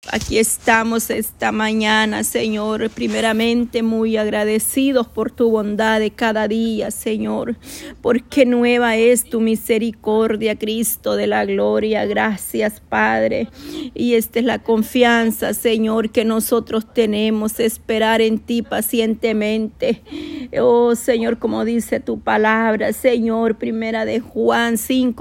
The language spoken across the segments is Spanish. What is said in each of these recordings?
Aquí estamos esta mañana, Señor, primeramente muy agradecidos por tu bondad de cada día, Señor, porque nueva es tu misericordia, Cristo de la gloria. Gracias, Padre. Y esta es la confianza, Señor, que nosotros tenemos, esperar en ti pacientemente. Oh, Señor, como dice tu palabra, Señor, primera de Juan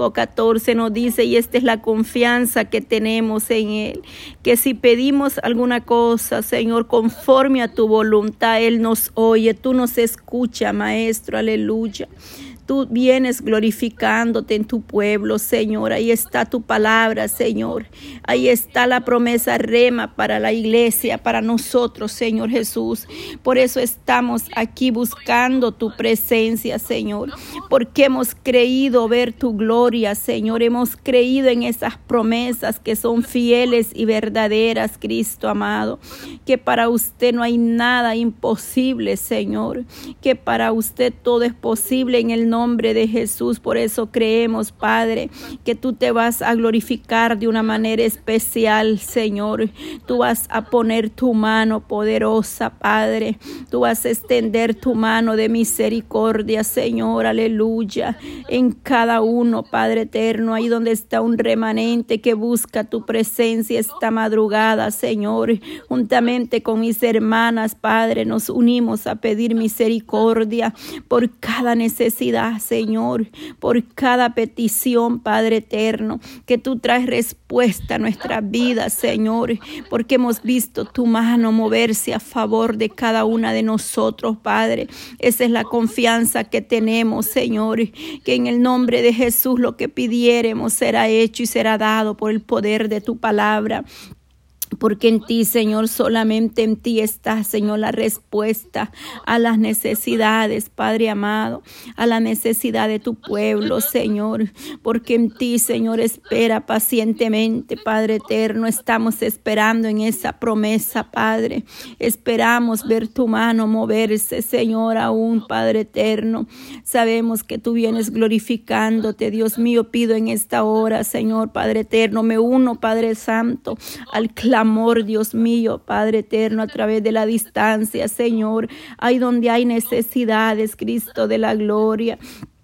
5:14 nos dice, y esta es la confianza que tenemos en Él, que si pedimos alguna cosa, Señor, conforme a tu voluntad, Él nos oye, tú nos escuchas, Maestro, aleluya. Tú vienes glorificándote en tu pueblo, Señor. Ahí está tu palabra, Señor. Ahí está la promesa rema para la iglesia, para nosotros, Señor Jesús. Por eso estamos aquí buscando tu presencia, Señor. Porque hemos creído ver tu gloria, Señor. Hemos creído en esas promesas que son fieles y verdaderas, Cristo amado. Que para usted no hay nada imposible, Señor. Que para usted todo es posible en el nombre de Jesús. Por eso creemos, Padre, que tú te vas a glorificar de una manera especial, Señor. Tú vas a poner tu mano poderosa, Padre. Tú vas a extender tu mano de misericordia, Señor, aleluya, en cada uno, Padre eterno, ahí donde está un remanente que busca tu presencia esta madrugada, Señor. Juntamente con mis hermanas, Padre, nos unimos a pedir misericordia por cada necesidad, Señor, por cada petición, Padre eterno, que tú traes respuesta a nuestras vidas, Señor, porque hemos visto tu mano moverse a favor de cada una de nosotros, Padre. Esa es la confianza que tenemos, Señor, que en el nombre de Jesús lo que pidiéremos será hecho y será dado por el poder de tu palabra. Porque en ti, Señor, solamente en ti está, Señor, la respuesta a las necesidades, Padre amado, a la necesidad de tu pueblo, Señor. Porque en ti, Señor, espera pacientemente, Padre eterno. Estamos esperando en esa promesa, Padre. Esperamos ver tu mano moverse, Señor, aún, Padre eterno. Sabemos que tú vienes glorificándote, Dios mío. Pido en esta hora, Señor, Padre eterno, me uno, Padre santo, al clamor, Dios mío, Padre eterno, a través de la distancia, Señor, ahí donde hay necesidades, Cristo de la gloria.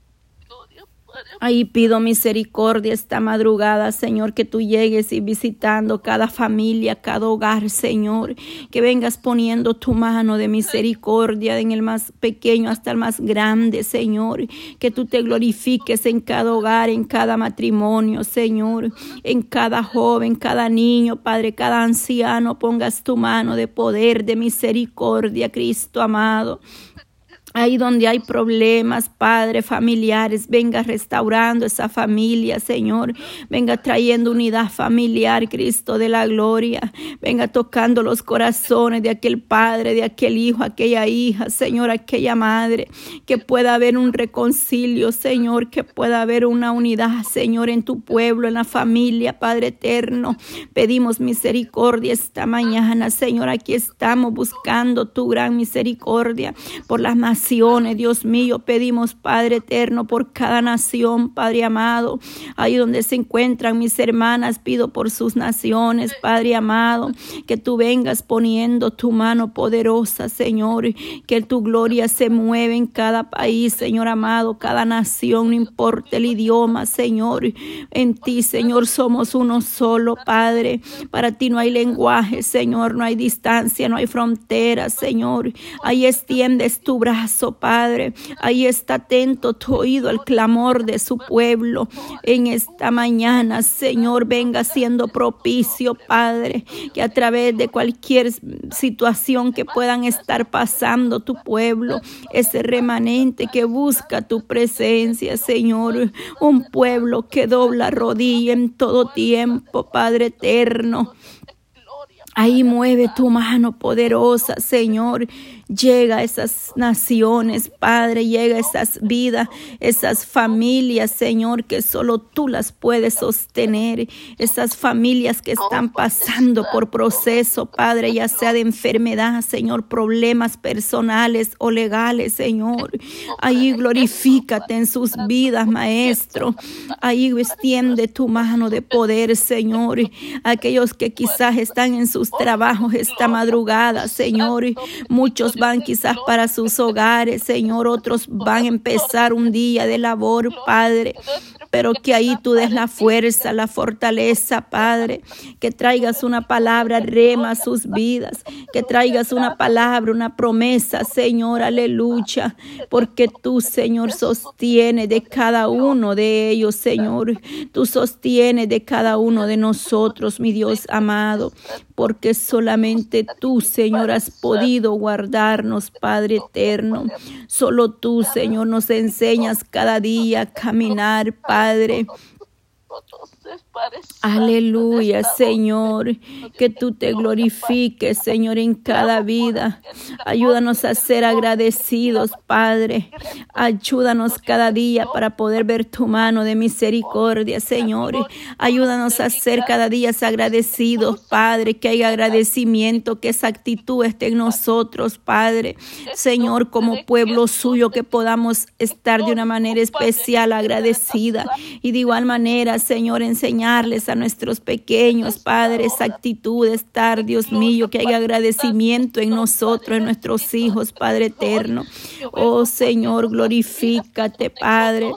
Ahí pido misericordia esta madrugada, Señor, que tú llegues y visitando cada familia, cada hogar, Señor, que vengas poniendo tu mano de misericordia en el más pequeño hasta el más grande, Señor, que tú te glorifiques en cada hogar, en cada matrimonio, Señor, en cada joven, cada niño, Padre, cada anciano, pongas tu mano de poder, de misericordia, Cristo amado. Ahí donde hay problemas, Padre, familiares, venga restaurando esa familia, Señor. Venga trayendo unidad familiar, Cristo de la gloria. Venga tocando los corazones de aquel padre, de aquel hijo, aquella hija, Señor, aquella madre. Que pueda haber un reconcilio, Señor, que pueda haber una unidad, Señor, en tu pueblo, en la familia, Padre eterno. Pedimos misericordia esta mañana, Señor. Aquí estamos buscando tu gran misericordia por las naciones, Dios mío. Pedimos, Padre eterno, por cada nación, Padre amado, ahí donde se encuentran mis hermanas, pido por sus naciones, Padre amado, que tú vengas poniendo tu mano poderosa, Señor, que tu gloria se mueve en cada país, Señor amado, cada nación, no importa el idioma, Señor. En ti, Señor, somos uno solo, Padre. Para ti no hay lenguaje, Señor, no hay distancia, no hay fronteras, Señor. Ahí extiendes tu brazo, Padre. Ahí está atento tu oído al clamor de su pueblo. En esta mañana, Señor, venga siendo propicio, Padre, que a través de cualquier situación que puedan estar pasando tu pueblo, ese remanente que busca tu presencia, Señor, un pueblo que dobla rodilla en todo tiempo, Padre eterno. Ahí mueve tu mano poderosa, Señor, Llega a esas naciones, Padre, llega a esas vidas, esas familias, Señor, que solo tú las puedes sostener. Esas familias que están pasando por proceso, Padre, ya sea de enfermedad, Señor, problemas personales o legales, Señor. Ahí glorifícate en sus vidas, Maestro. Ahí extiende tu mano de poder, Señor. Aquellos que quizás están en sus trabajos esta madrugada, Señor. Muchos van quizás para sus hogares, Señor. Otros van a empezar un día de labor, Padre. Pero que ahí tú des la fuerza, la fortaleza, Padre. Que traigas una palabra rema a sus vidas. Que traigas una palabra, una promesa, Señor, aleluya. Porque tú, Señor, sostienes de cada uno de ellos, Señor. Tú sostienes de cada uno de nosotros, mi Dios amado. Porque solamente tú, Señor, has podido guardarnos, Padre eterno. Solo tú, Señor, nos enseñas cada día a caminar, Padre. Aleluya, Señor, que tú te glorifiques, Señor, en cada vida. Ayúdanos a ser agradecidos, Padre. Ayúdanos cada día para poder ver tu mano de misericordia, Señor. Ayúdanos a ser cada día agradecidos, Padre, que haya agradecimiento, que esa actitud esté en nosotros, Padre. Señor, como pueblo suyo, que podamos estar de una manera especial agradecida. Y de igual manera, Señor, enseñarles a nuestros pequeños, Padre, esa actitud de estar, Dios mío, que haya agradecimiento en nosotros, en nuestros hijos, Padre eterno. Oh, Señor, glorifícate, Padre.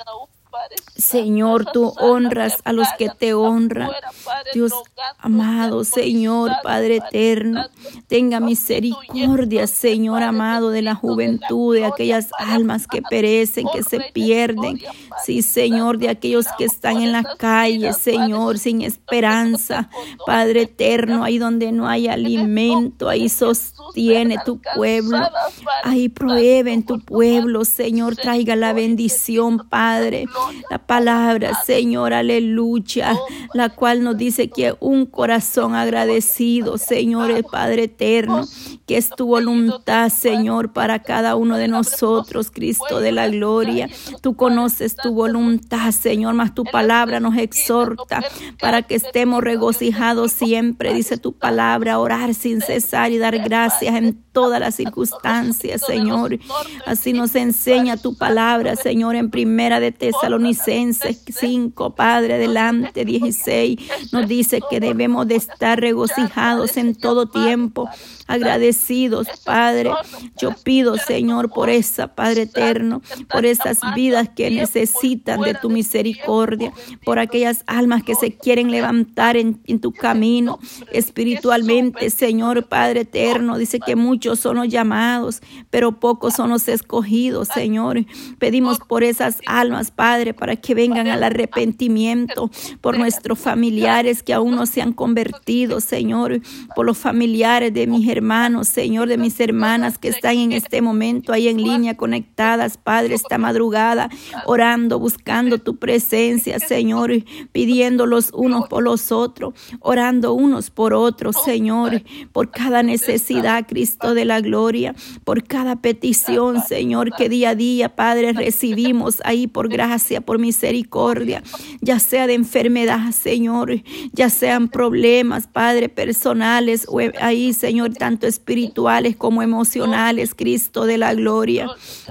Señor, tú honras a los que te honran. Dios amado, Señor, Padre eterno, tenga misericordia, Señor amado, de la juventud, de aquellas almas que perecen, que se pierden. Sí, Señor, de aquellos que están en la calle, Señor, sin esperanza. Padre eterno, ahí donde no hay alimento, ahí sostiene tu pueblo. Ahí provee en tu pueblo, Señor, traiga la bendición, Padre. La palabra, Señor, aleluya, la cual nos dice que un corazón agradecido, Señor, el Padre eterno, que es tu voluntad, Señor, para cada uno de nosotros, Cristo de la gloria. Tú conoces tu voluntad, Señor, mas tu palabra nos exhorta para que estemos regocijados siempre, dice tu palabra, orar sin cesar y dar gracias en todas las circunstancias, Señor. Así nos enseña tu palabra, Señor, en Primera de Tesalonicenses 5, Padre, adelante, 16, nos dice que debemos de estar regocijados en todo tiempo, agradecidos, Padre. Yo pido, Señor, por esa, Padre eterno, por esas vidas que necesitan de tu misericordia, por aquellas almas que se quieren levantar en tu camino espiritualmente, Señor, Padre eterno. Dice que muchos son los llamados, pero pocos son los escogidos, Señor. Pedimos por esas almas, Padre, para que vengan al arrepentimiento, por nuestros familiares que aún no se han convertido, Señor, por los familiares de mis hermanos, Señor, de mis hermanas que están en este momento ahí en línea conectadas, Padre, esta madrugada, orando, buscando tu presencia, Señor, pidiendo los unos por los otros, orando unos por otros, Señor, por cada necesidad, Cristo de la gloria, por cada petición, Señor, que día a día, Padre, recibimos ahí por gracia, por misericordia, ya sea de enfermedad, Señor, ya sean problemas, Padre, personales o ahí, Señor, tanto espirituales como emocionales, Cristo de la gloria.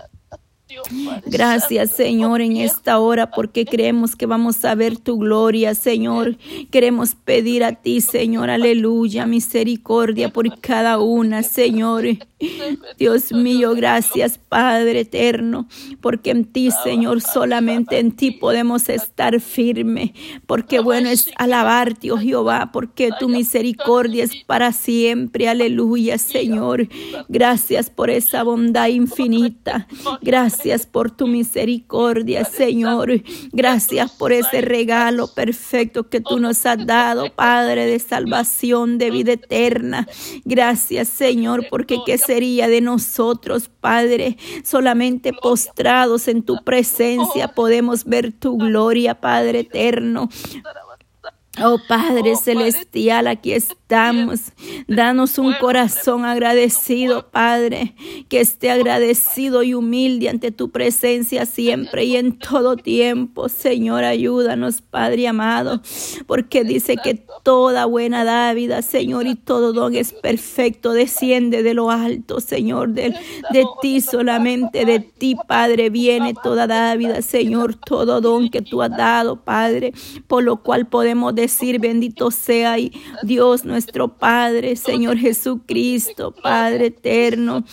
Gracias, Señor, en esta hora, porque creemos que vamos a ver tu gloria, Señor. Queremos pedir a ti, Señor, aleluya, misericordia por cada una, Señor. Dios mío, gracias, Padre eterno, porque en ti, Señor, solamente en ti podemos estar firmes, porque bueno es alabarte, oh Jehová, porque tu misericordia es para siempre, aleluya, Señor. Gracias por esa bondad infinita, gracias por tu misericordia, Señor. Gracias por ese regalo perfecto que tú nos has dado, Padre, de salvación, de vida eterna. Gracias, Señor, porque qué sería de nosotros, Padre, solamente postrados en tu presencia podemos ver tu gloria, Padre eterno. Oh Padre Celestial, aquí estamos. Danos un corazón agradecido, Padre, que esté agradecido y humilde ante tu presencia siempre y en todo tiempo. Señor, ayúdanos, Padre amado, porque dice que toda buena dádiva, Señor, y todo don es perfecto, desciende de lo alto, Señor, de ti solamente, de ti, Padre, viene toda dádiva, Señor, todo don que tú has dado, Padre, por lo cual podemos decir, bendito sea Dios nuestro Padre, Señor Jesucristo, Padre eterno.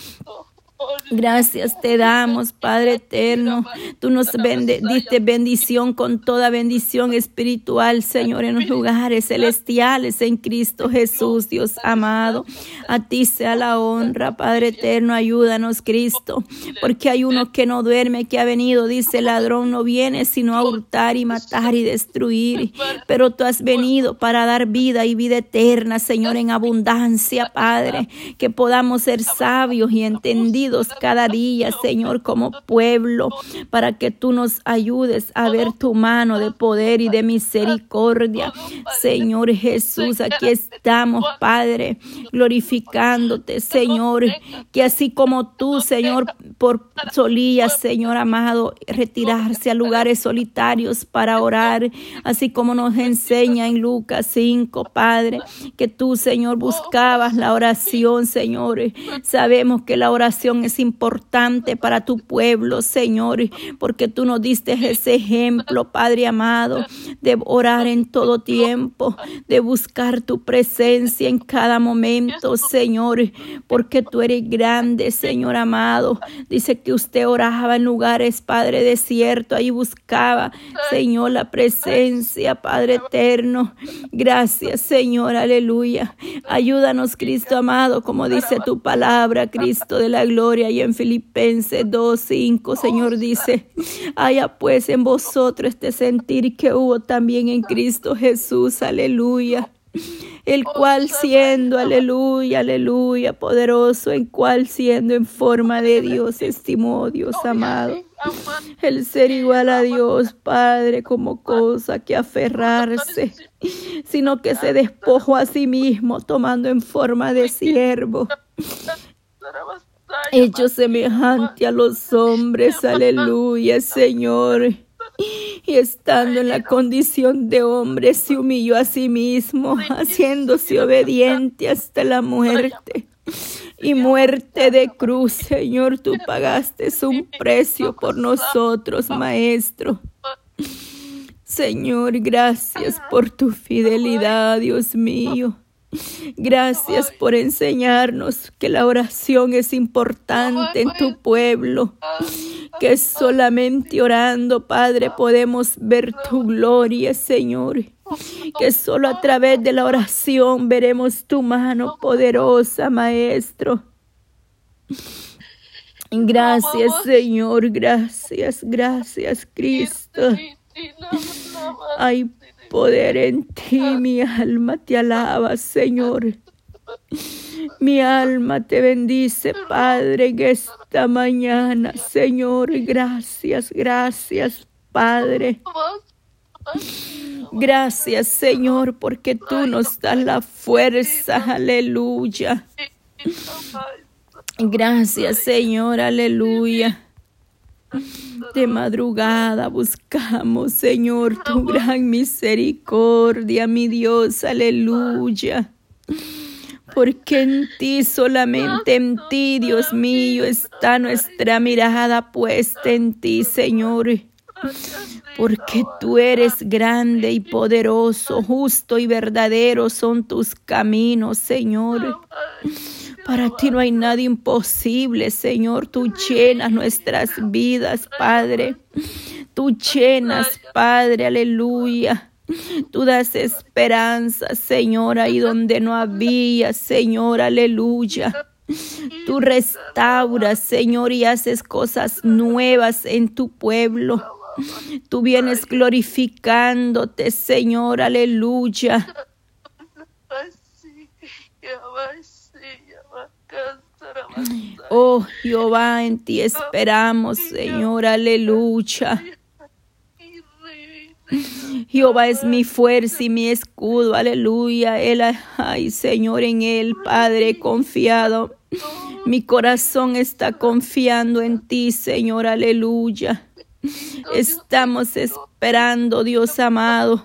Gracias te damos, Padre eterno. Tú nos diste bendición con toda bendición espiritual, Señor, en los lugares celestiales en Cristo Jesús, Dios amado. A ti sea la honra, Padre eterno. Ayúdanos, Cristo, porque hay uno que no duerme, que ha venido, dice el ladrón, no viene sino a hurtar y matar y destruir. Pero tú has venido para dar vida y vida eterna, Señor, en abundancia, Padre. Que podamos ser sabios y entendidos cada día, Señor, como pueblo, para que tú nos ayudes a ver tu mano de poder y de misericordia. Señor Jesús, aquí estamos, Padre, glorificándote, Señor, que así como tú, Señor, solías, Señor amado, retirarse a lugares solitarios para orar, así como nos enseña en Lucas 5, Padre, que tú, Señor, buscabas la oración, Señor. Sabemos que la oración es importante para tu pueblo, Señor, porque tú nos diste ese ejemplo, Padre amado, de orar en todo tiempo, de buscar tu presencia en cada momento, Señor, porque tú eres grande, Señor amado. Dice que usted oraba en lugares, Padre, desierto, ahí buscaba, Señor, la presencia, Padre eterno. Gracias, Señor, aleluya. Ayúdanos, Cristo amado, como dice tu palabra, Cristo de la gloria, y en Filipenses 2:5, Señor, dice: haya pues en vosotros este sentir que hubo también en Cristo Jesús, aleluya. El cual siendo, aleluya, aleluya, poderoso, en cual siendo en forma de Dios, estimó, Dios amado, el ser igual a Dios, Padre, como cosa que aferrarse, sino que se despojó a sí mismo, tomando en forma de siervo, hecho semejante a los hombres, aleluya, Señor. Y estando en la condición de hombre, se humilló a sí mismo, haciéndose obediente hasta la muerte. Y muerte de cruz, Señor, tú pagaste un precio por nosotros, Maestro. Señor, gracias por tu fidelidad, Dios mío. Gracias por enseñarnos que la oración es importante en tu pueblo, que solamente orando, Padre, podemos ver tu gloria, Señor, que solo a través de la oración veremos tu mano poderosa, Maestro. Gracias, Señor, gracias, gracias, Cristo. Hay poder en ti, mi alma te alaba, Señor. Mi alma te bendice, Padre, en esta mañana, Señor. Gracias, gracias, Padre. Gracias, Señor, porque tú nos das la fuerza, aleluya. Gracias, Señor, aleluya. De madrugada buscamos, Señor, tu gran misericordia, mi Dios, aleluya. Porque en ti, solamente en ti, Dios mío, está nuestra mirada puesta en ti, Señor. Porque tú eres grande y poderoso, justo y verdadero son tus caminos, Señor. Para ti no hay nada imposible, Señor. Tú llenas nuestras vidas, Padre. Tú llenas, Padre, aleluya. Tú das esperanza, Señor, ahí donde no había, Señor, aleluya. Tú restauras, Señor, y haces cosas nuevas en tu pueblo. Tú vienes glorificándote, Señor, aleluya. Oh Jehová, en ti esperamos, Señor, aleluya. Jehová es mi fuerza y mi escudo, aleluya. Ay, Señor, en Él, Padre, he confiado. Mi corazón está confiando en ti, Señor, aleluya. Estamos esperando, Dios amado.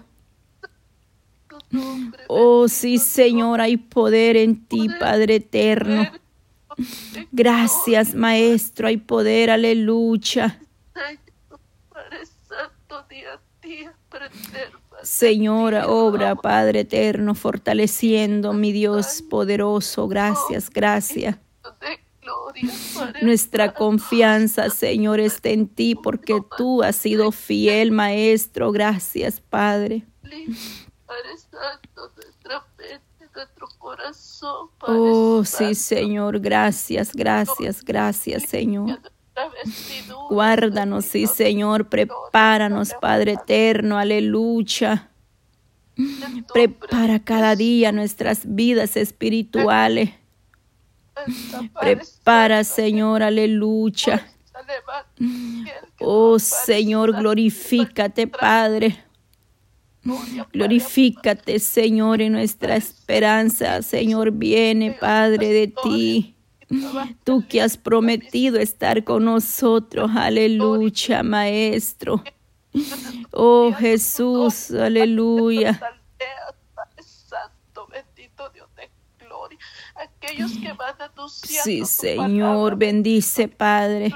Oh, sí, Señor, hay poder en ti, Padre eterno. Gracias, Maestro, hay poder, aleluya. Señor, obra, Padre eterno, fortaleciendo, mi Dios poderoso. Gracias, gracias. Nuestra confianza, Señor, está en ti porque tú has sido fiel, Maestro. Gracias, Padre. Oh, sí, Señor, gracias, gracias, gracias, Señor. Guárdanos, sí, Señor, prepáranos, Padre eterno, aleluya. Prepara cada día nuestras vidas espirituales. Prepara, Señor, aleluya. Oh, Señor, glorifícate, Padre. Glorifícate, Señor, en nuestra esperanza. Señor, viene, Padre, de ti. Tú que has prometido estar con nosotros. Aleluya, Maestro. Oh, Jesús, aleluya. Sí, Señor, bendice, Padre.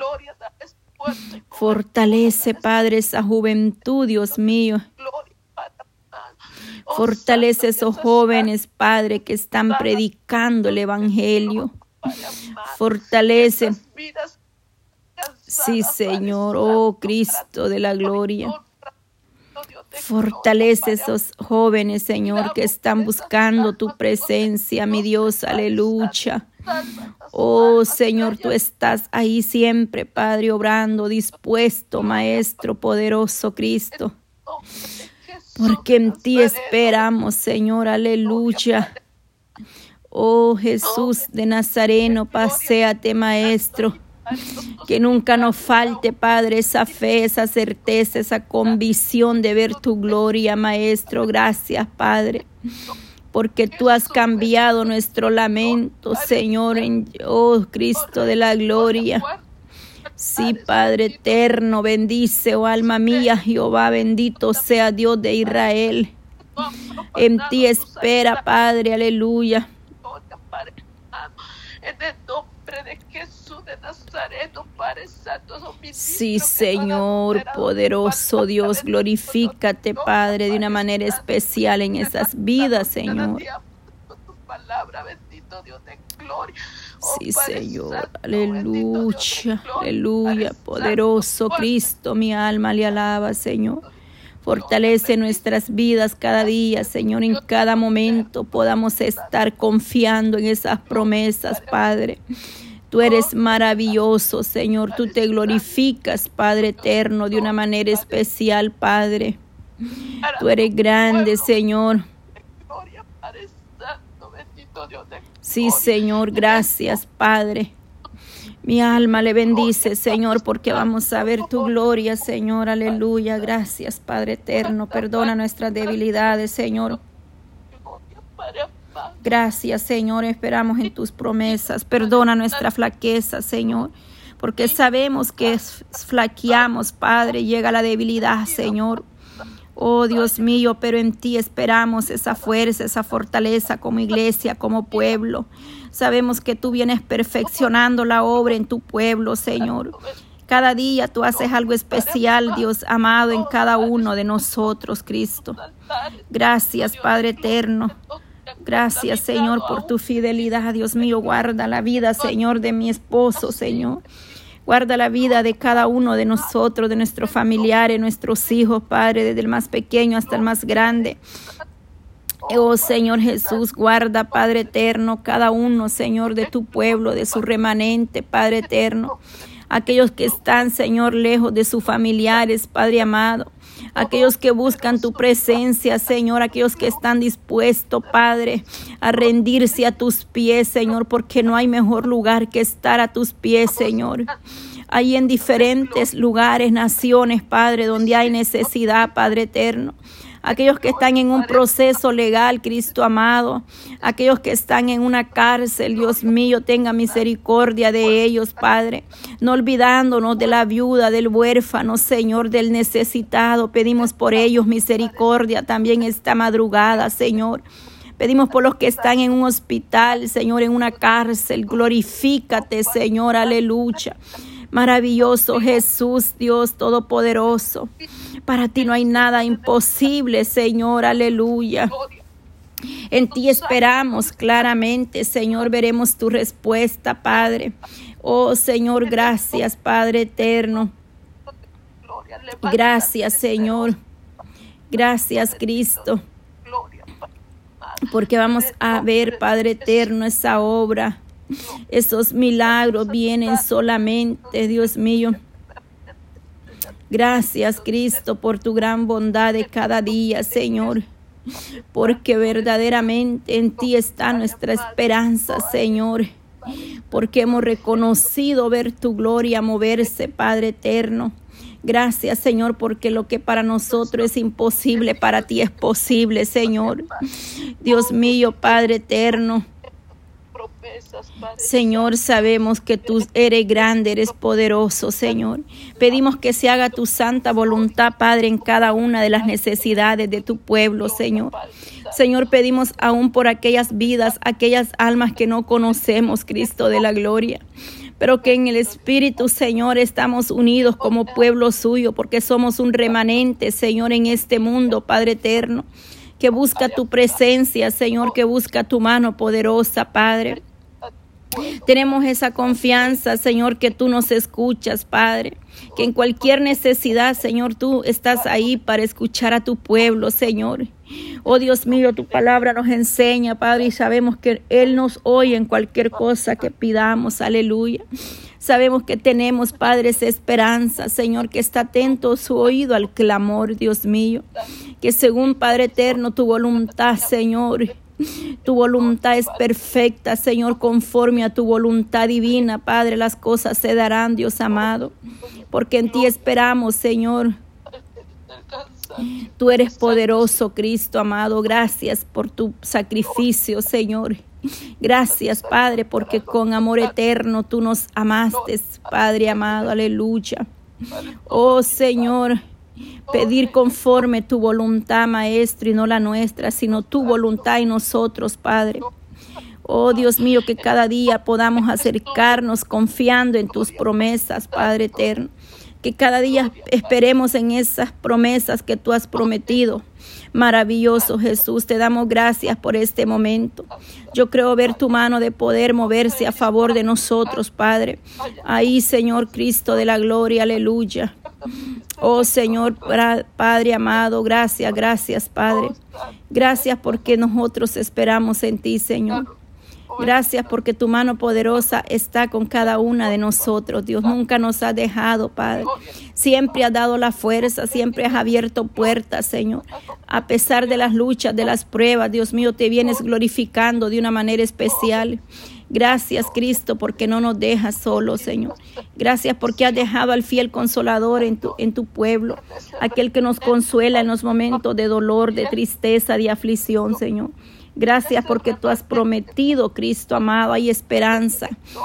Fortalece, Padre, esa juventud, Dios mío. Fortalece esos jóvenes, Padre, que están predicando el Evangelio. Fortalece. Sí, Señor, oh Cristo de la gloria. Fortalece esos jóvenes, Señor, que están buscando tu presencia, mi Dios, aleluya. Oh, Señor, tú estás ahí siempre, Padre, obrando, dispuesto, Maestro poderoso Cristo. Porque en ti esperamos, Señor, aleluya. Oh, Jesús de Nazareno, paséate, Maestro. Que nunca nos falte, Padre, esa fe, esa certeza, esa convicción de ver tu gloria, Maestro. Gracias, Padre, porque tú has cambiado nuestro lamento, Señor, oh Cristo de la gloria. Sí, Padre eterno, bendice, oh alma mía, Jehová, bendito sea Dios de Israel. En ti espera, Padre, aleluya. En el nombre de Jesús de Nazareno, Padre Santo, sí, Señor, poderoso Dios, glorifícate, Padre, de una manera especial en esas vidas, Señor. Sí, Señor, aleluya, aleluya, poderoso Cristo, mi alma le alaba, Señor. Fortalece nuestras vidas cada día, Señor, en cada momento podamos estar confiando en esas promesas, Padre. Tú eres maravilloso, Señor, tú te glorificas, Padre eterno, de una manera especial, Padre. Tú eres grande, Señor. Sí, Señor, gracias, Padre. Mi alma le bendice, Señor, porque vamos a ver tu gloria, Señor, aleluya. Gracias, Padre eterno. Perdona nuestras debilidades, Señor. Gracias, Señor, esperamos en tus promesas. Perdona nuestra flaqueza, Señor, porque sabemos que flaqueamos, Padre, llega la debilidad, Señor. Oh, Dios mío, pero en ti esperamos esa fuerza, esa fortaleza como iglesia, como pueblo. Sabemos que tú vienes perfeccionando la obra en tu pueblo, Señor. Cada día tú haces algo especial, Dios amado, en cada uno de nosotros, Cristo. Gracias, Padre eterno. Gracias, Señor, por tu fidelidad. Dios mío, guarda la vida, Señor, de mi esposo, Señor. Guarda la vida de cada uno de nosotros, de nuestros familiares, nuestros hijos, Padre, desde el más pequeño hasta el más grande. Oh, Señor Jesús, guarda, Padre eterno, cada uno, Señor, de tu pueblo, de su remanente, Padre eterno. Aquellos que están, Señor, lejos de sus familiares, Padre amado. Aquellos que buscan tu presencia, Señor, aquellos que están dispuestos, Padre, a rendirse a tus pies, Señor, porque no hay mejor lugar que estar a tus pies, Señor. Hay en diferentes lugares, naciones, Padre, donde hay necesidad, Padre eterno. aquellos que están en un proceso legal, Cristo amado, aquellos que están en una cárcel, Dios mío, tenga misericordia de ellos, Padre, no olvidándonos de la viuda, del huérfano, Señor, del necesitado. Pedimos por ellos misericordia también esta madrugada, Señor. Pedimos por los que están en un hospital, Señor, en una cárcel. Glorifícate, Señor, aleluya. Maravilloso Jesús, Dios Todopoderoso. Para ti no hay nada imposible, Señor, aleluya. En ti esperamos claramente, Señor, veremos tu respuesta, Padre. Oh, Señor, gracias, Padre eterno. Gracias, Señor. Gracias, Cristo. Porque vamos a ver, Padre eterno, esa obra. Esos milagros vienen solamente, Dios mío. Gracias, Cristo, por tu gran bondad de cada día, Señor. Porque verdaderamente en ti está nuestra esperanza, Señor. Porque hemos reconocido ver tu gloria moverse, Padre eterno. Gracias, Señor, porque lo que para nosotros es imposible, para ti es posible, Señor. Dios mío, Padre eterno. Señor, sabemos que tú eres grande, eres poderoso, Señor. Pedimos que se haga tu santa voluntad, Padre, en cada una de las necesidades de tu pueblo, Señor. Señor, pedimos aún por aquellas vidas, aquellas almas que no conocemos, Cristo de la gloria. Pero que en el Espíritu, Señor, estamos unidos como pueblo suyo, porque somos un remanente, Señor, en este mundo, Padre eterno, que busca tu presencia, Señor, que busca tu mano poderosa, Padre. Tenemos esa confianza, Señor, que tú nos escuchas, Padre, que en cualquier necesidad, Señor, tú estás ahí para escuchar a tu pueblo, Señor. Oh Dios mío, tu palabra nos enseña, Padre, y sabemos que Él nos oye en cualquier cosa que pidamos, aleluya. Sabemos que tenemos, Padre, esa esperanza, Señor, que está atento su oído al clamor, Dios mío, que según, Padre eterno, tu voluntad, Señor, tu voluntad es perfecta, Señor, conforme a tu voluntad divina, Padre, las cosas se darán, Dios amado, porque en ti esperamos, Señor. Tú eres poderoso, Cristo amado. Gracias por tu sacrificio, Señor. Gracias, Padre, porque con amor eterno tú nos amaste, Padre amado. Aleluya. Oh, Señor, pedir conforme tu voluntad, Maestro, y no la nuestra, sino tu voluntad en nosotros, Padre. Oh, Dios mío, que cada día podamos acercarnos confiando en tus promesas, Padre eterno. Que cada día esperemos en esas promesas que tú has prometido. Maravilloso Jesús, te damos gracias por este momento. Yo creo ver tu mano de poder moverse a favor de nosotros, Padre. Ahí, Señor Cristo de la gloria, aleluya. Oh, Señor, Padre amado, gracias, gracias, Padre. Gracias porque nosotros esperamos en ti, Señor. Gracias porque tu mano poderosa está con cada una de nosotros. Dios, nunca nos ha dejado, Padre. Siempre has dado la fuerza, siempre has abierto puertas, Señor. A pesar de las luchas, de las pruebas, Dios mío, te vienes glorificando de una manera especial. Gracias, Cristo, porque no nos dejas solos, Señor. Gracias porque has dejado al fiel consolador en tu pueblo, aquel que nos consuela en los momentos de dolor, de tristeza, de aflicción, Señor. Gracias porque tú has prometido, Cristo amado, hay esperanza,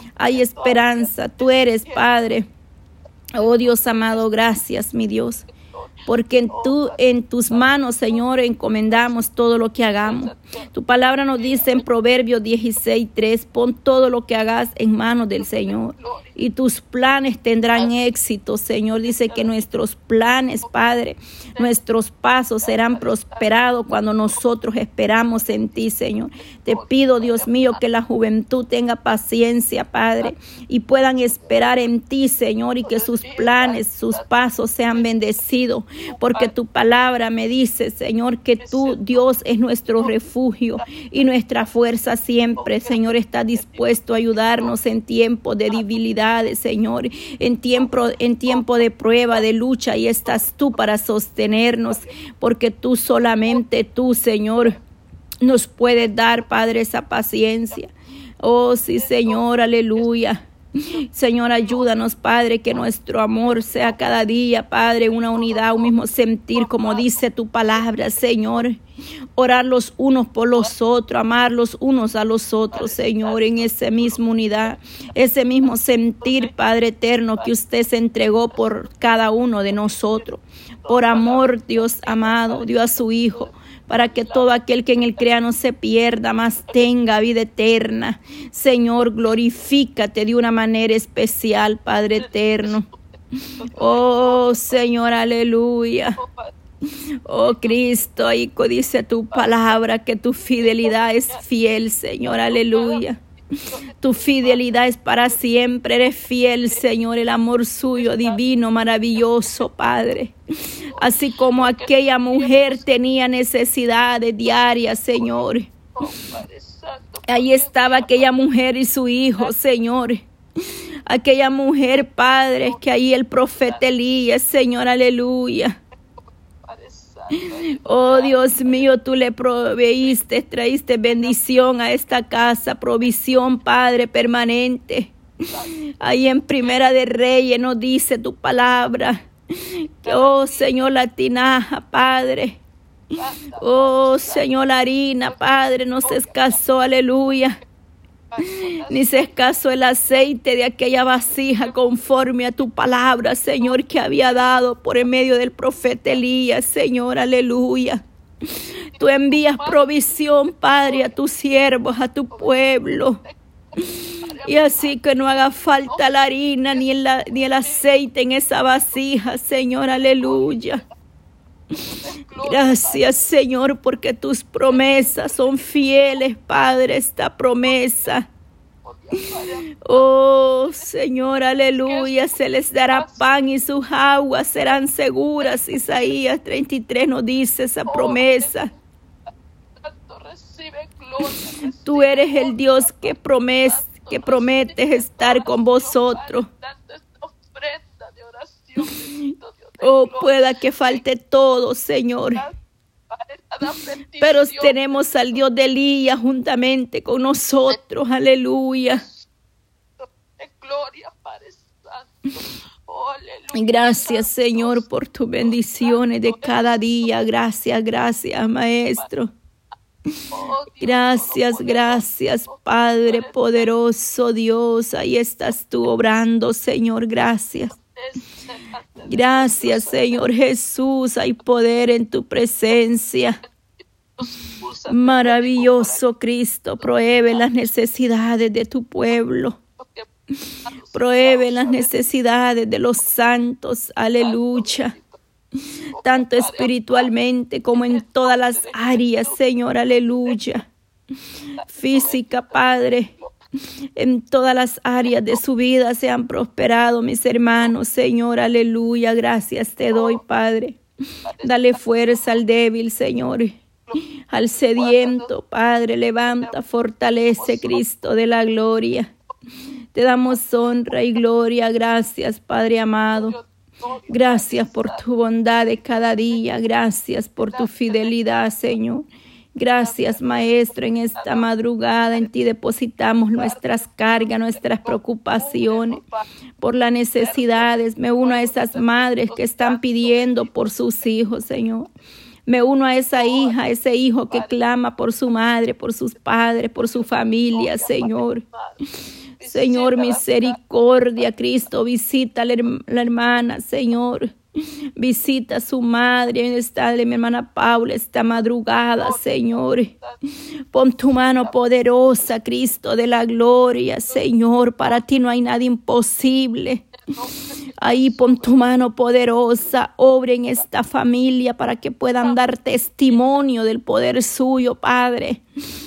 tú eres, Padre. Oh Dios amado, gracias, mi Dios, porque en tus manos, Señor, encomendamos todo lo que hagamos. Tu palabra nos dice en Proverbios 16:3, pon todo lo que hagas en manos del Señor y tus planes tendrán éxito, Señor. Dice que nuestros planes, Padre, nuestros pasos serán prosperados cuando nosotros esperamos en ti, Señor. Te pido, Dios mío, que la juventud tenga paciencia, Padre, y puedan esperar en ti, Señor, y que sus planes, sus pasos sean bendecidos, porque tu palabra me dice, Señor, que tú, Dios, es nuestro refugio y nuestra fuerza siempre. Señor, está dispuesto a ayudarnos en tiempos de debilidades, Señor, en tiempo de prueba, de lucha, y estás tú para sostenernos, porque tú, solamente tú, Señor, nos puedes dar, Padre, esa paciencia. Oh, sí, Señor, aleluya. Señor, ayúdanos, Padre, que nuestro amor sea cada día, Padre, una unidad, un mismo sentir, como dice tu palabra, Señor. Orar los unos por los otros, amar los unos a los otros, Señor, en esa misma unidad, ese mismo sentir, Padre eterno, que usted se entregó por cada uno de nosotros. Por amor, Dios amado, dio a su Hijo, para que todo aquel que en él crea no se pierda, mas tenga vida eterna. Señor, glorifícate de una manera especial, Padre eterno. Oh, Señor, aleluya. Oh, Cristo, ahí dice tu palabra que tu fidelidad es fiel, Señor, aleluya. Tu fidelidad es para siempre, eres fiel, Señor, el amor suyo, divino, maravilloso, Padre. Así como aquella mujer tenía necesidades diarias, Señor. Ahí estaba aquella mujer y su hijo, Señor. Aquella mujer, Padre, que ahí el profeta Elías, Señor, aleluya. Oh, Dios mío, tú le proveíste, traíste bendición a esta casa, provisión, Padre, permanente. Ahí en Primera de Reyes nos dice tu palabra. Oh, Señor, la tinaja, Padre. Oh, Señor, la harina, Padre, no se escasó, aleluya. Ni se escasó el aceite de aquella vasija conforme a tu palabra, Señor, que había dado por en medio del profeta Elías, Señor, aleluya. Tú envías provisión, Padre, a tus siervos, a tu pueblo. Y así que no haga falta la harina ni el aceite en esa vasija, Señor, aleluya. Gracias, Señor, porque tus promesas son fieles, Padre, esta promesa. Oh, Señor, aleluya, se les dará pan y sus aguas serán seguras. Isaías 33 nos dice esa promesa. Tú eres el Dios que prometes estar con vosotros. Oh, pueda que falte todo, Señor. Pero tenemos al Dios de Elías juntamente con nosotros. Aleluya. Gracias, Señor, por tus bendiciones de cada día. Gracias, gracias, Maestro. Gracias, gracias, Padre poderoso Dios. Ahí estás tú obrando, Señor. Gracias. Gracias, Señor Jesús. Hay poder en tu presencia. Maravilloso Cristo. Provee las necesidades de tu pueblo. Provee las necesidades de los santos. Aleluya. Tanto espiritualmente como en todas las áreas, Señor. Aleluya. Física, Padre. En todas las áreas de su vida se han prosperado mis hermanos, Señor, aleluya, gracias te doy, Padre. Dale fuerza al débil, Señor, al sediento, Padre, levanta, fortalece, Cristo de la gloria. Te damos honra y gloria, gracias, Padre amado. Gracias por tu bondad de cada día, gracias por tu fidelidad, Señor. Gracias, Maestro, en esta madrugada en ti depositamos nuestras cargas, nuestras preocupaciones por las necesidades. Me uno a esas madres que están pidiendo por sus hijos, Señor. Me uno a esa hija, ese hijo que clama por su madre, por sus padres, por su familia, Señor. Señor, misericordia, Cristo, visita a la hermana, Señor. Visita a su madre, está mi hermana Paula esta madrugada, Señor. Pon tu mano poderosa, Cristo de la gloria, Señor. Para ti no hay nada imposible. Ahí pon tu mano poderosa, obra en esta familia para que puedan dar testimonio del poder suyo, Padre.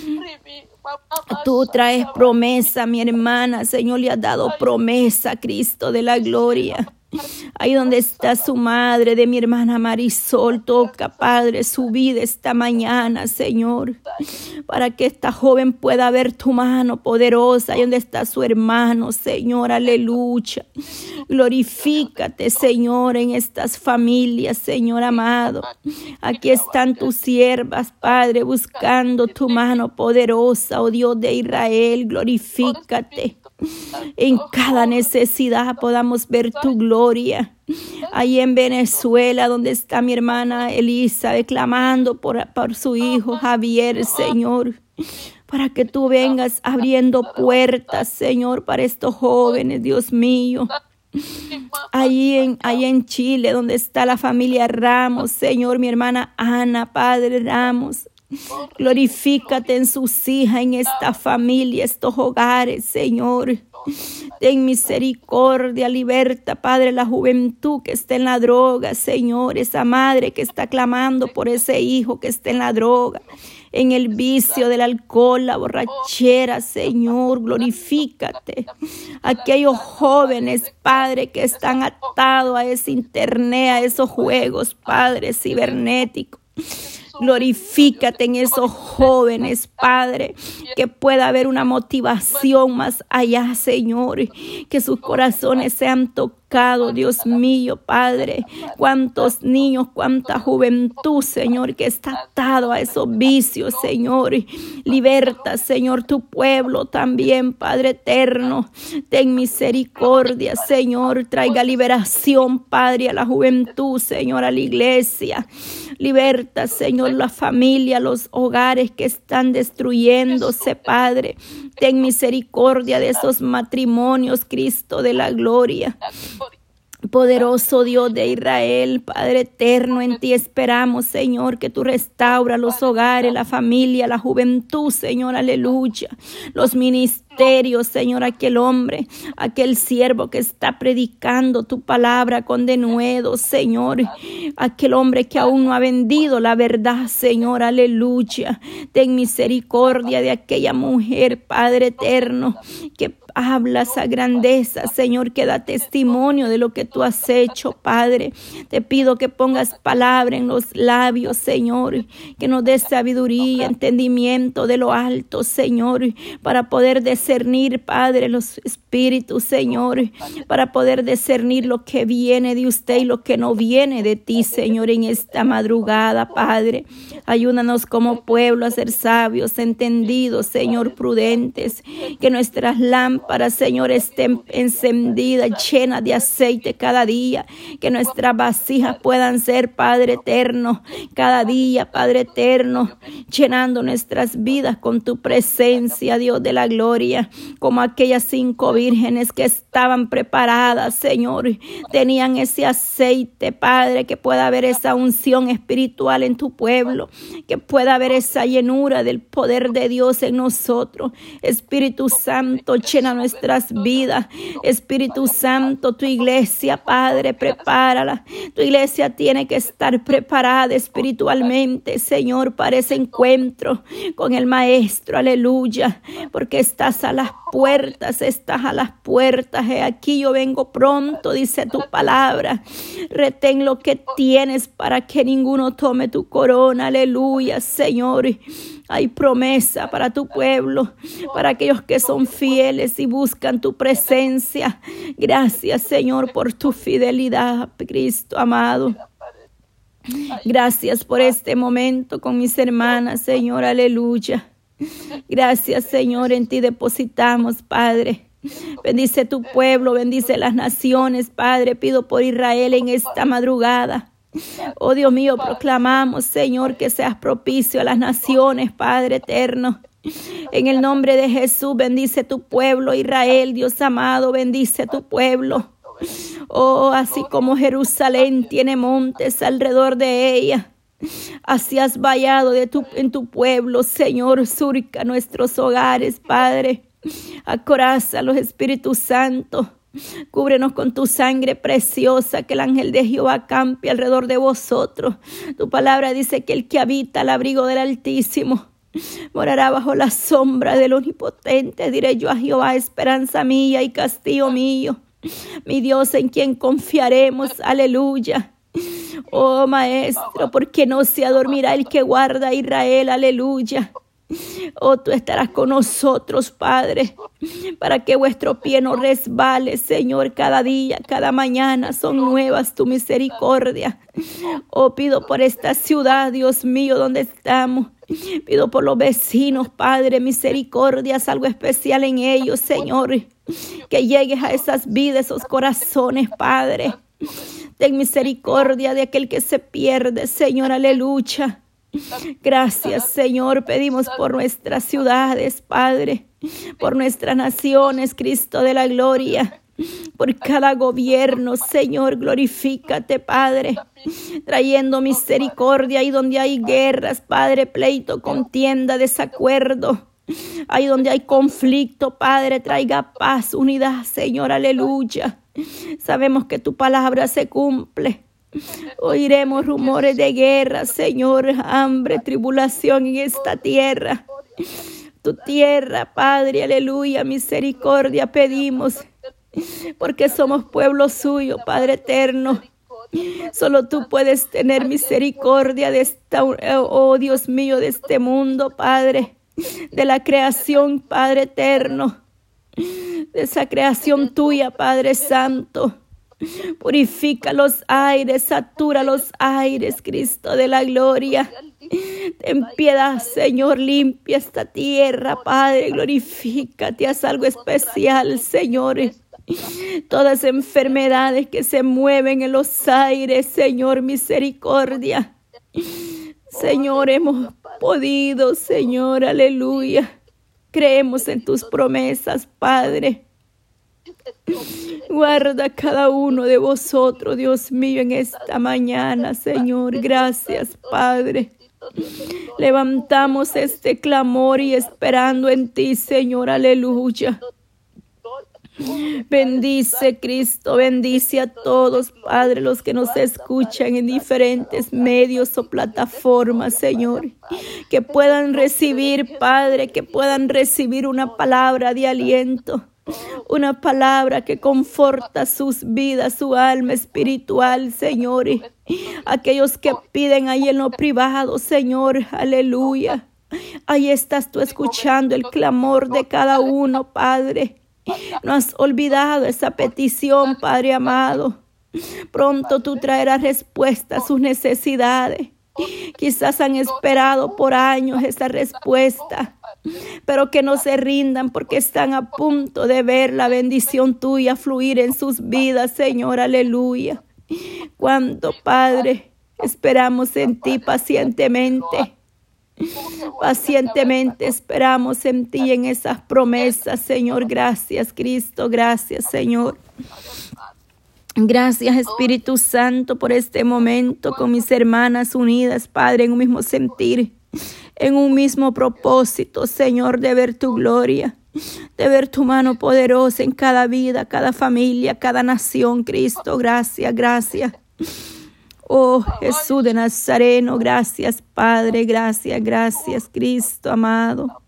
Tú traes promesa, mi hermana, Señor, le has dado promesa, Cristo de la gloria. Ahí donde está su madre, de mi hermana Marisol, toca, Padre, su vida esta mañana, Señor, para que esta joven pueda ver tu mano poderosa. Ahí donde está su hermano, Señor, aleluya. Glorifícate, Señor, en estas familias, Señor amado. Aquí están tus siervas, Padre, buscando tu mano poderosa, oh Dios de Israel, glorifícate. En cada necesidad podamos ver tu gloria. Ahí en Venezuela, donde está mi hermana Elizabeth, clamando por su hijo Javier, Señor, para que tú vengas abriendo puertas, Señor, para estos jóvenes, Dios mío. Ahí en Chile, donde está la familia Ramos, Señor, mi hermana Ana, Padre Ramos. Glorifícate en sus hijas, en esta familia, estos hogares, Señor. Ten misericordia, liberta, Padre, la juventud que está en la droga, Señor. Esa madre que está clamando por ese hijo que está en la droga, en el vicio del alcohol, la borrachera, Señor, glorifícate. Aquellos jóvenes, Padre, que están atados a ese internet, a esos juegos, Padre, cibernéticos. Glorifícate en esos jóvenes, Padre, que pueda haber una motivación más allá, Señor, que sus corazones sean tocados, Dios mío, Padre. Cuántos niños, cuánta juventud, Señor, que está atado a esos vicios, Señor. Liberta, Señor, tu pueblo también, Padre eterno. Ten misericordia, Señor. Traiga liberación, Padre, a la juventud, Señor, a la iglesia. Liberta, Señor, la familia, los hogares que están destruyéndose, Padre. Ten misericordia de esos matrimonios, Cristo de la gloria. Poderoso Dios de Israel, Padre eterno, en ti esperamos, Señor, que tú restauras los hogares, la familia, la juventud, Señor, aleluya. Los ministerios, Señor, aquel hombre, aquel siervo que está predicando tu palabra con denuedo, Señor. Aquel hombre que aún no ha vendido la verdad, Señor, aleluya. Ten misericordia de aquella mujer, Padre eterno, que habla esa grandeza, Señor, que da testimonio de lo que tú has hecho, Padre. Te pido que pongas palabra en los labios, Señor, que nos des sabiduría, entendimiento de lo alto, Señor, para poder discernir, Padre, los espíritus, Señor, para poder discernir lo que viene de usted y lo que no viene de ti, Señor, en esta madrugada, Padre. Ayúdanos como pueblo a ser sabios, entendidos, Señor, prudentes, que nuestras lámparas, Señor, estén encendidas, llenas de aceite cada día, que nuestras vasijas puedan ser, Padre eterno, cada día, Padre eterno, llenando nuestras vidas con tu presencia, Dios de la gloria, como aquellas 5 vírgenes que estaban preparadas, Señor, tenían ese aceite, Padre, que pueda haber esa unción espiritual en tu pueblo, que pueda haber esa llenura del poder de Dios en nosotros. Espíritu Santo, llena nuestras vidas. Espíritu Santo, tu iglesia, Padre, prepárala. Tu iglesia tiene que estar preparada espiritualmente, Señor, para ese encuentro con el Maestro, aleluya, porque estás a las puertas, He aquí yo vengo pronto, dice tu palabra. Retén lo que tienes para que ninguno tome tu corona, aleluya, Señor. Hay promesa para tu pueblo, para aquellos que son fieles y buscan tu presencia. Gracias, Señor, por tu fidelidad, Cristo amado. Gracias por este momento con mis hermanas, Señor, aleluya. Gracias, Señor, en ti depositamos, Padre. Bendice tu pueblo, bendice las naciones, Padre. Pido por Israel en esta madrugada. Oh Dios mío, proclamamos, Señor, que seas propicio a las naciones, Padre eterno. En el nombre de Jesús, bendice tu pueblo, Israel, Dios amado, bendice tu pueblo. Oh, así como Jerusalén tiene montes alrededor de ella, así has vallado en tu pueblo, Señor. Surca nuestros hogares, Padre. Acoraza los Espíritus Santos. Cúbrenos con tu sangre preciosa, que el ángel de Jehová campe alrededor de vosotros. Tu palabra dice que el que habita al abrigo del Altísimo morará bajo la sombra del Omnipotente. Diré yo a Jehová, esperanza mía y castillo mío, mi Dios en quien confiaremos, aleluya. Oh Maestro, porque no se adormirá el que guarda a Israel, aleluya. Oh, tú estarás con nosotros, Padre, para que vuestro pie no resbale, Señor. Cada día, cada mañana son nuevas tu misericordia. Oh, pido por esta ciudad, Dios mío, donde estamos. Pido por los vecinos, Padre, misericordia, algo especial en ellos, Señor. que llegues a esas vidas, esos corazones, Padre. Ten misericordia de aquel que se pierde, Señor, aleluya. Gracias, Señor, pedimos por nuestras ciudades, Padre, por nuestras naciones, Cristo de la gloria, por cada gobierno, Señor, glorifícate, Padre, trayendo misericordia ahí donde hay guerras, Padre, pleito, contienda, desacuerdo, ahí donde hay conflicto, Padre, traiga paz, unidad, Señor, aleluya. Sabemos que tu palabra se cumple. Oiremos rumores de guerra, Señor, hambre, tribulación en esta tierra. Tu tierra, Padre, aleluya, misericordia pedimos, porque somos pueblo suyo, Padre eterno. Solo tú puedes tener misericordia de esta, oh Dios mío, de este mundo, Padre, de la creación, Padre eterno, de esa creación tuya, Padre santo. Purifica los aires, satura los aires, Cristo de la gloria. Ten piedad, Señor, limpia esta tierra, Padre, glorifícate, haz algo especial, Señor. Todas enfermedades que se mueven en los aires, Señor, misericordia. Señor, hemos podido, Señor, aleluya. Creemos en tus promesas, Padre. Guarda a cada uno de vosotros, Dios mío, en esta mañana, Señor. Gracias, Padre. Levantamos este clamor y esperando en ti, Señor, aleluya. Bendice, Cristo, bendice a todos, Padre, los que nos escuchan en diferentes medios o plataformas, Señor. Que puedan recibir, Padre, que puedan recibir una palabra de aliento. Una palabra que conforta sus vidas, su alma espiritual, Señor. Aquellos que piden ahí en lo privado, Señor, aleluya. Ahí estás tú escuchando el clamor de cada uno, Padre. No has olvidado esa petición, Padre amado. Pronto tú traerás respuesta a sus necesidades. Quizás han esperado por años esa respuesta, pero que no se rindan porque están a punto de ver la bendición tuya fluir en sus vidas, Señor, aleluya. Cuando, Padre, esperamos en ti pacientemente. Pacientemente esperamos en ti, en esas promesas, Señor. Gracias, Cristo, gracias, Señor. Gracias, Espíritu Santo, por este momento con mis hermanas unidas, Padre, en un mismo sentir, en un mismo propósito, Señor, de ver tu gloria, de ver tu mano poderosa en cada vida, cada familia, cada nación, Cristo. Gracias, gracias. Oh, Jesús de Nazareno, gracias, Padre, gracias, gracias, Cristo amado.